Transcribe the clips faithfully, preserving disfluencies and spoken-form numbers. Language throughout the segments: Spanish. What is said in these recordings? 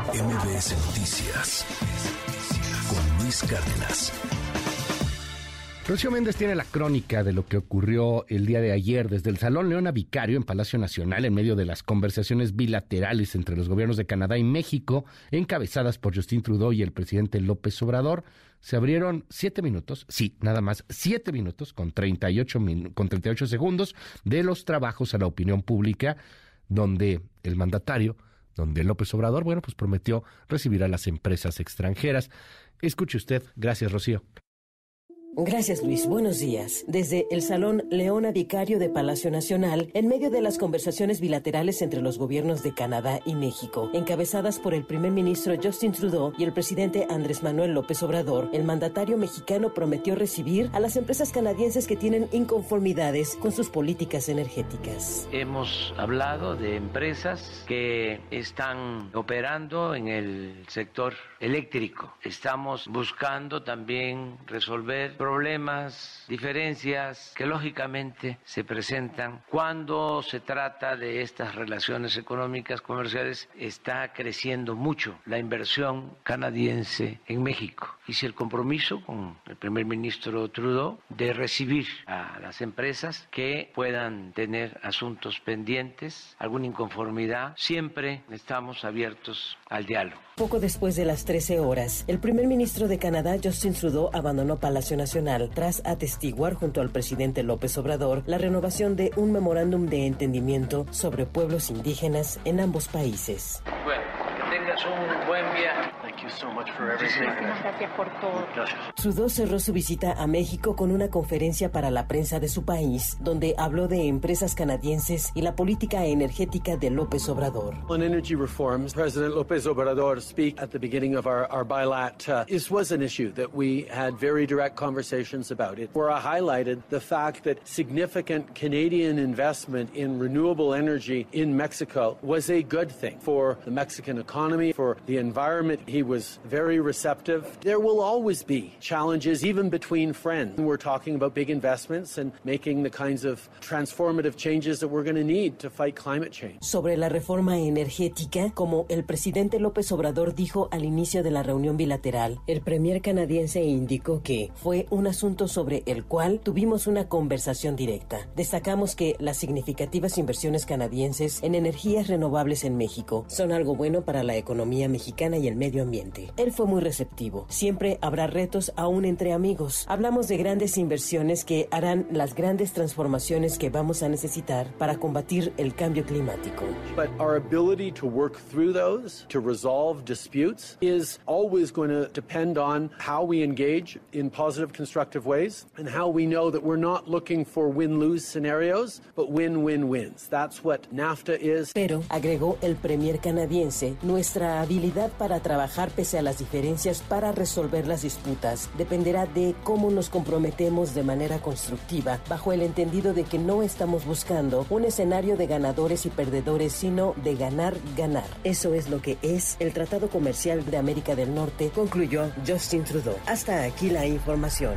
M B S Noticias con Luis Cárdenas. Rocío Méndez tiene la crónica de lo que ocurrió el día de ayer desde el Salón Leona Vicario en Palacio Nacional en medio de las conversaciones bilaterales entre los gobiernos de Canadá y México, encabezadas por Justin Trudeau y el presidente López Obrador. Se abrieron siete minutos, sí, nada más siete minutos con treinta y ocho, min- con treinta y ocho segundos de los trabajos a la opinión pública, donde el mandatario, donde López Obrador, bueno, pues prometió recibir a las empresas extranjeras. Escuche usted. Gracias, Rocío. Gracias, Luis. Buenos días. Desde el Salón Leona Vicario de Palacio Nacional, en medio de las conversaciones bilaterales entre los gobiernos de Canadá y México, encabezadas por el primer ministro Justin Trudeau y el presidente Andrés Manuel López Obrador, el mandatario mexicano prometió recibir a las empresas canadienses que tienen inconformidades con sus políticas energéticas. Hemos hablado de empresas que están operando en el sector eléctrico. Estamos buscando también resolver problemas, diferencias que lógicamente se presentan cuando se trata de estas relaciones económicas comerciales. Está creciendo mucho la inversión canadiense en México. Hice el compromiso con el primer ministro Trudeau de recibir a las empresas que puedan tener asuntos pendientes, alguna inconformidad. Siempre estamos abiertos al diálogo. Poco después de las trece horas, el primer ministro de Canadá, Justin Trudeau, abandonó Palacio Nacional tras atestiguar junto al presidente López Obrador la renovación de un memorándum de entendimiento sobre pueblos indígenas en ambos países. Bueno, que tengas un buen viaje. Thank you so much for everything. Gracias por todo. Gracias. Trudeau cerró su visita a México con una conferencia para la prensa de su país, donde habló de empresas canadienses y la política energética de López Obrador. On energy reforms, President López Obrador speak at the beginning of our, our bilat. Uh, this was an issue that we had very direct conversations about it, where I highlighted the fact that significant Canadian investment in renewable energy in Mexico was a good thing for the Mexican economy, for the environment. He was very receptive. There will always be challenges, even between friends. We're talking about big investments and making the kinds of transformative changes that we're going to need to fight climate change. Sobre la reforma energética, como el presidente López Obrador dijo al inicio de la reunión bilateral, el premier canadiense indicó que fue un asunto sobre el cual tuvimos una conversación directa. Destacamos que las significativas inversiones canadienses en energías renovables en México son algo bueno para la economía mexicana y el medio ambiente. Él fue muy receptivo. Siempre habrá retos aún entre amigos. Hablamos de grandes inversiones que harán las grandes transformaciones que vamos a necesitar para combatir el cambio climático. But our ability to work through those, to resolve disputes, is always going to depend on how we engage in positive, constructive ways and how we know that we're not looking for win-lose scenarios, but win-win-wins. That's what NAFTA is. Pero, agregó el premier canadiense, nuestra habilidad para trabajar pese a las diferencias para resolver las disputas dependerá de cómo nos comprometemos de manera constructiva, bajo el entendido de que no estamos buscando un escenario de ganadores y perdedores, sino de ganar-ganar. Eso es lo que es el Tratado Comercial de América del Norte, concluyó Justin Trudeau. Hasta aquí la información.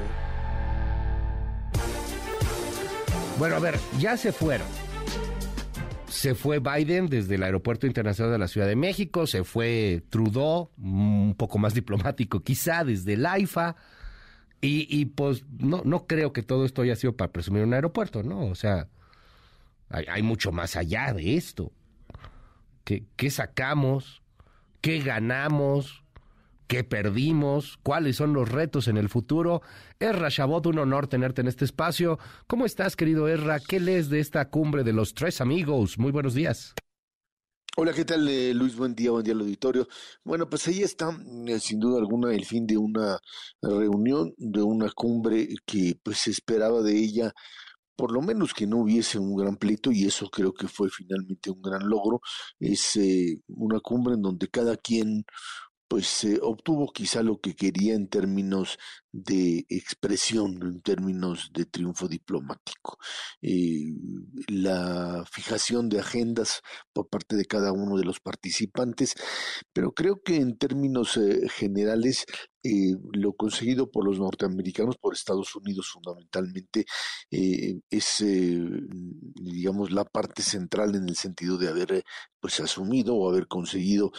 Bueno, a ver, ya se fueron. Se fue Biden desde el Aeropuerto Internacional de la Ciudad de México, se fue Trudeau, un poco más diplomático quizá, desde el AIFA, y, y pues no, no creo que todo esto haya sido para presumir un aeropuerto, ¿no? O sea, hay, hay mucho más allá de esto. ¿Qué, qué sacamos? ¿Qué ganamos? ¿Qué perdimos? ¿Cuáles son los retos en el futuro? Ezra Shabot, un honor tenerte en este espacio. ¿Cómo estás, querido Ezra? ¿Qué lees de esta cumbre de los tres amigos? Muy buenos días. Hola, ¿qué tal, eh, Luis? Buen día, buen día al auditorio. Bueno, pues ahí está, eh, sin duda alguna, el fin de una reunión, de una cumbre que pues se esperaba de ella, por lo menos que no hubiese un gran pleito, y eso creo que fue finalmente un gran logro. Es eh, una cumbre en donde cada quien pues eh, obtuvo quizá lo que quería en términos de expresión, en términos de triunfo diplomático. Eh, la fijación de agendas por parte de cada uno de los participantes, pero creo que en términos eh, generales eh, lo conseguido por los norteamericanos, por Estados Unidos fundamentalmente, eh, es eh, digamos la parte central en el sentido de haber eh, pues asumido o haber conseguido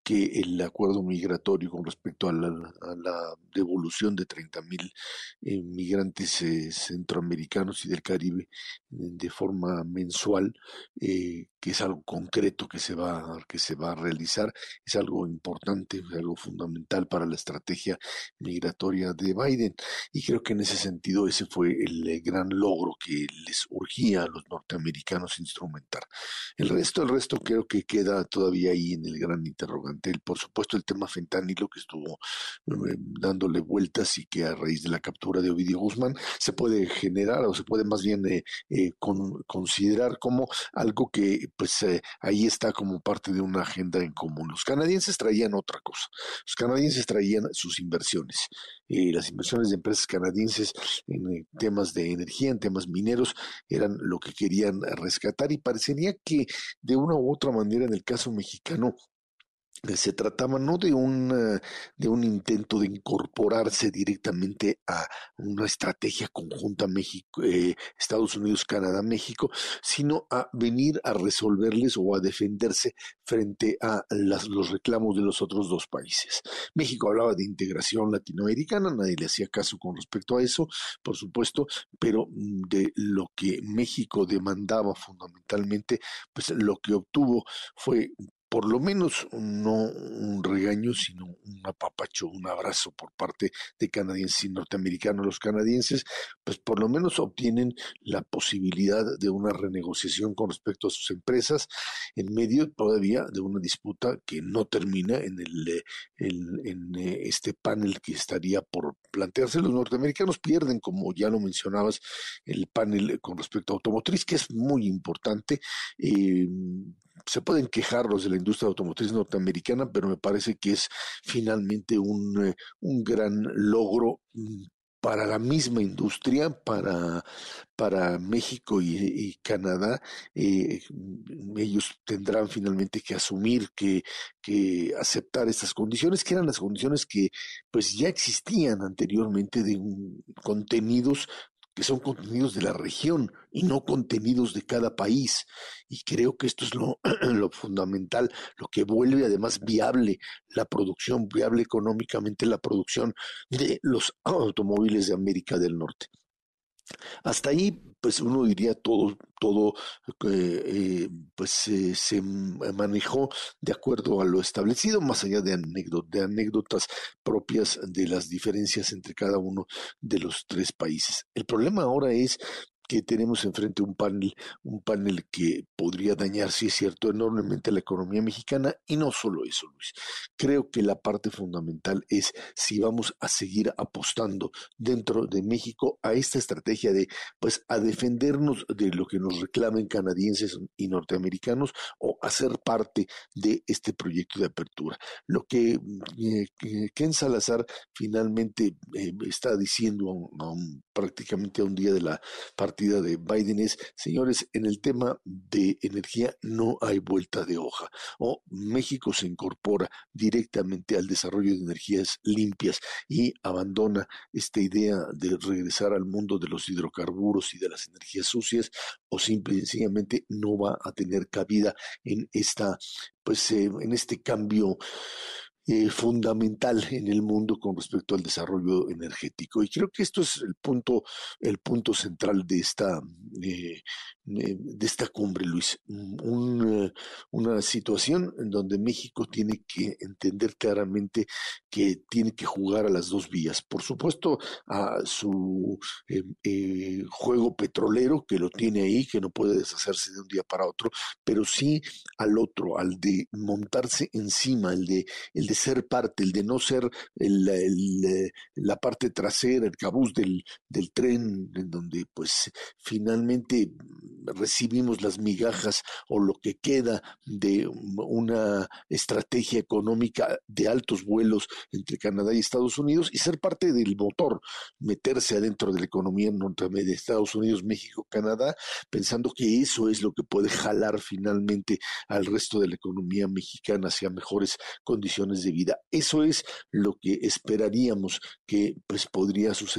que el acuerdo migratorio con respecto a la, a la devolución de treinta mil eh, migrantes eh, centroamericanos y del Caribe de forma mensual, eh, que es algo concreto que se va que se va a realizar, es algo importante, es algo fundamental para la estrategia migratoria de Biden, y creo que en ese sentido ese fue el eh, gran logro que les urgía a los norteamericanos instrumentar. El resto, el resto creo que queda todavía ahí en el gran interrogante. El, por supuesto, el tema fentanilo, que estuvo eh, dándole vueltas y que a raíz de la captura de Ovidio Guzmán se puede generar, o se puede más bien eh, eh, con, considerar como algo que pues eh, ahí está como parte de una agenda en común. Los canadienses traían otra cosa. Los canadienses traían sus inversiones. Eh, las inversiones de empresas canadienses en eh, temas de energía, en temas mineros, eran lo que querían rescatar, y parecería que de una u otra manera en el caso mexicano se trataba no de un, uh, de un intento de incorporarse directamente a una estrategia conjunta México, eh, Estados Unidos, Canadá, México, sino a venir a resolverles o a defenderse frente a las, los reclamos de los otros dos países. México hablaba de integración latinoamericana, nadie le hacía caso con respecto a eso, por supuesto, pero de lo que México demandaba fundamentalmente, pues lo que obtuvo fue por lo menos no un regaño, sino un apapacho, un abrazo por parte de canadienses y norteamericanos. Los canadienses, pues por lo menos obtienen la posibilidad de una renegociación con respecto a sus empresas, en medio todavía de una disputa que no termina en, el, el, en este panel que estaría por plantearse. Los norteamericanos pierden, como ya lo mencionabas, el panel con respecto a automotriz, que es muy importante. Eh, se pueden quejar los de la industria automotriz norteamericana, pero me parece que es finalmente un, eh, un gran logro para la misma industria, para, para México y, y Canadá. Eh, ellos tendrán finalmente que asumir, que, que aceptar estas condiciones, que eran las condiciones que pues ya existían anteriormente, de un, contenidos que son contenidos de la región y no contenidos de cada país. Y creo que esto es lo, lo fundamental, lo que vuelve además viable la producción, viable económicamente la producción de los automóviles de América del Norte. Hasta ahí, pues uno diría todo, todo eh, eh, pues eh, se manejó de acuerdo a lo establecido, más allá de, anécdot- de anécdotas propias de las diferencias entre cada uno de los tres países. El problema ahora es que tenemos enfrente un panel, un panel que podría dañar, sí es cierto, enormemente la economía mexicana, y no solo eso, Luis. Creo que la parte fundamental es si vamos a seguir apostando dentro de México a esta estrategia de, pues, a defendernos de lo que nos reclamen canadienses y norteamericanos, o hacer parte de este proyecto de apertura. Lo que eh, Ken Salazar finalmente eh, está diciendo a un, a un, prácticamente a un día de la partida de Biden es: señores, en el tema de energía no hay vuelta de hoja. O México se incorpora directamente al desarrollo de energías limpias y abandona esta idea de regresar al mundo de los hidrocarburos y de las energías sucias, o simple y sencillamente no va a tener cabida en esta, pues, eh, en este cambio Eh, fundamental en el mundo con respecto al desarrollo energético. Y creo que esto es el punto, el punto central de esta, eh, de esta cumbre, Luis. Un, una situación en donde México tiene que entender claramente que tiene que jugar a las dos vías. Por supuesto, a su eh, eh, juego petrolero, que lo tiene ahí, que no puede deshacerse de un día para otro, pero sí al otro, al de montarse encima, el de, el de ser parte, el de no ser el, el, la parte trasera, el cabuz del, del tren, en donde pues finalmente recibimos las migajas o lo que queda de una estrategia económica de altos vuelos entre Canadá y Estados Unidos, y ser parte del motor, meterse adentro de la economía de Estados Unidos, México, Canadá, pensando que eso es lo que puede jalar finalmente al resto de la economía mexicana hacia mejores condiciones de vida. Eso es lo que esperaríamos que pues podría suceder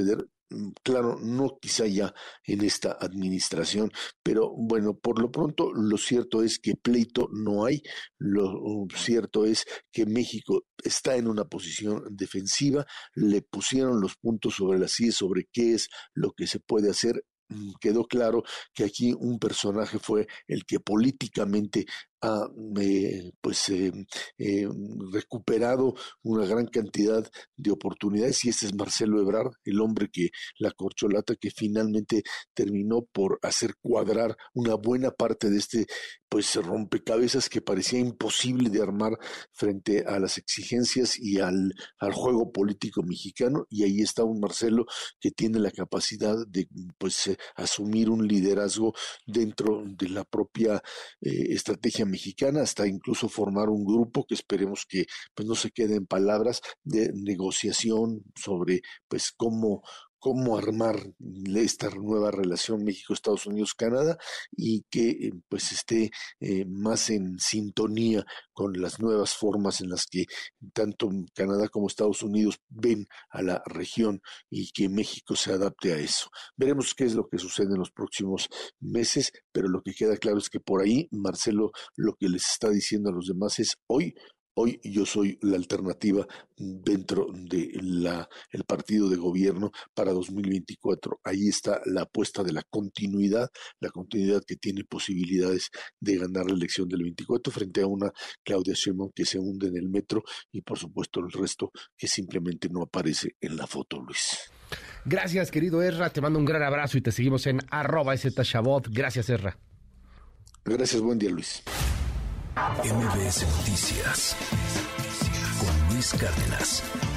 Claro, no quizá ya en esta administración, pero bueno, por lo pronto lo cierto es que pleito no hay, lo cierto es que México está en una posición defensiva, le pusieron los puntos sobre las íes sobre qué es lo que se puede hacer. Quedó claro que aquí un personaje fue el que políticamente ha eh, pues eh, eh, recuperado una gran cantidad de oportunidades, y este es Marcelo Ebrard, el hombre que, la corcholata que finalmente terminó por hacer cuadrar una buena parte de este pues rompecabezas que parecía imposible de armar frente a las exigencias y al, al juego político mexicano, y ahí está un Marcelo que tiene la capacidad de pues eh, asumir un liderazgo dentro de la propia eh, estrategia mexicana, hasta incluso formar un grupo que esperemos que pues no se quede en palabras, de negociación sobre pues cómo cómo armar esta nueva relación México-Estados Unidos-Canadá, y que pues esté eh, más en sintonía con las nuevas formas en las que tanto Canadá como Estados Unidos ven a la región, y que México se adapte a eso. Veremos qué es lo que sucede en los próximos meses, pero lo que queda claro es que por ahí Marcelo lo que les está diciendo a los demás es: hoy Hoy yo soy la alternativa dentro de la, el partido de gobierno para dos mil veinticuatro. Ahí está la apuesta de la continuidad, la continuidad que tiene posibilidades de ganar la elección del veinticuatro frente a una Claudia Sheinbaum que se hunde en el metro, y por supuesto el resto que simplemente no aparece en la foto, Luis. Gracias, querido Ezra. Te mando un gran abrazo y te seguimos en arroba Chabot. Gracias, Ezra. Gracias, buen día, Luis. M B S Noticias con Luis Cárdenas.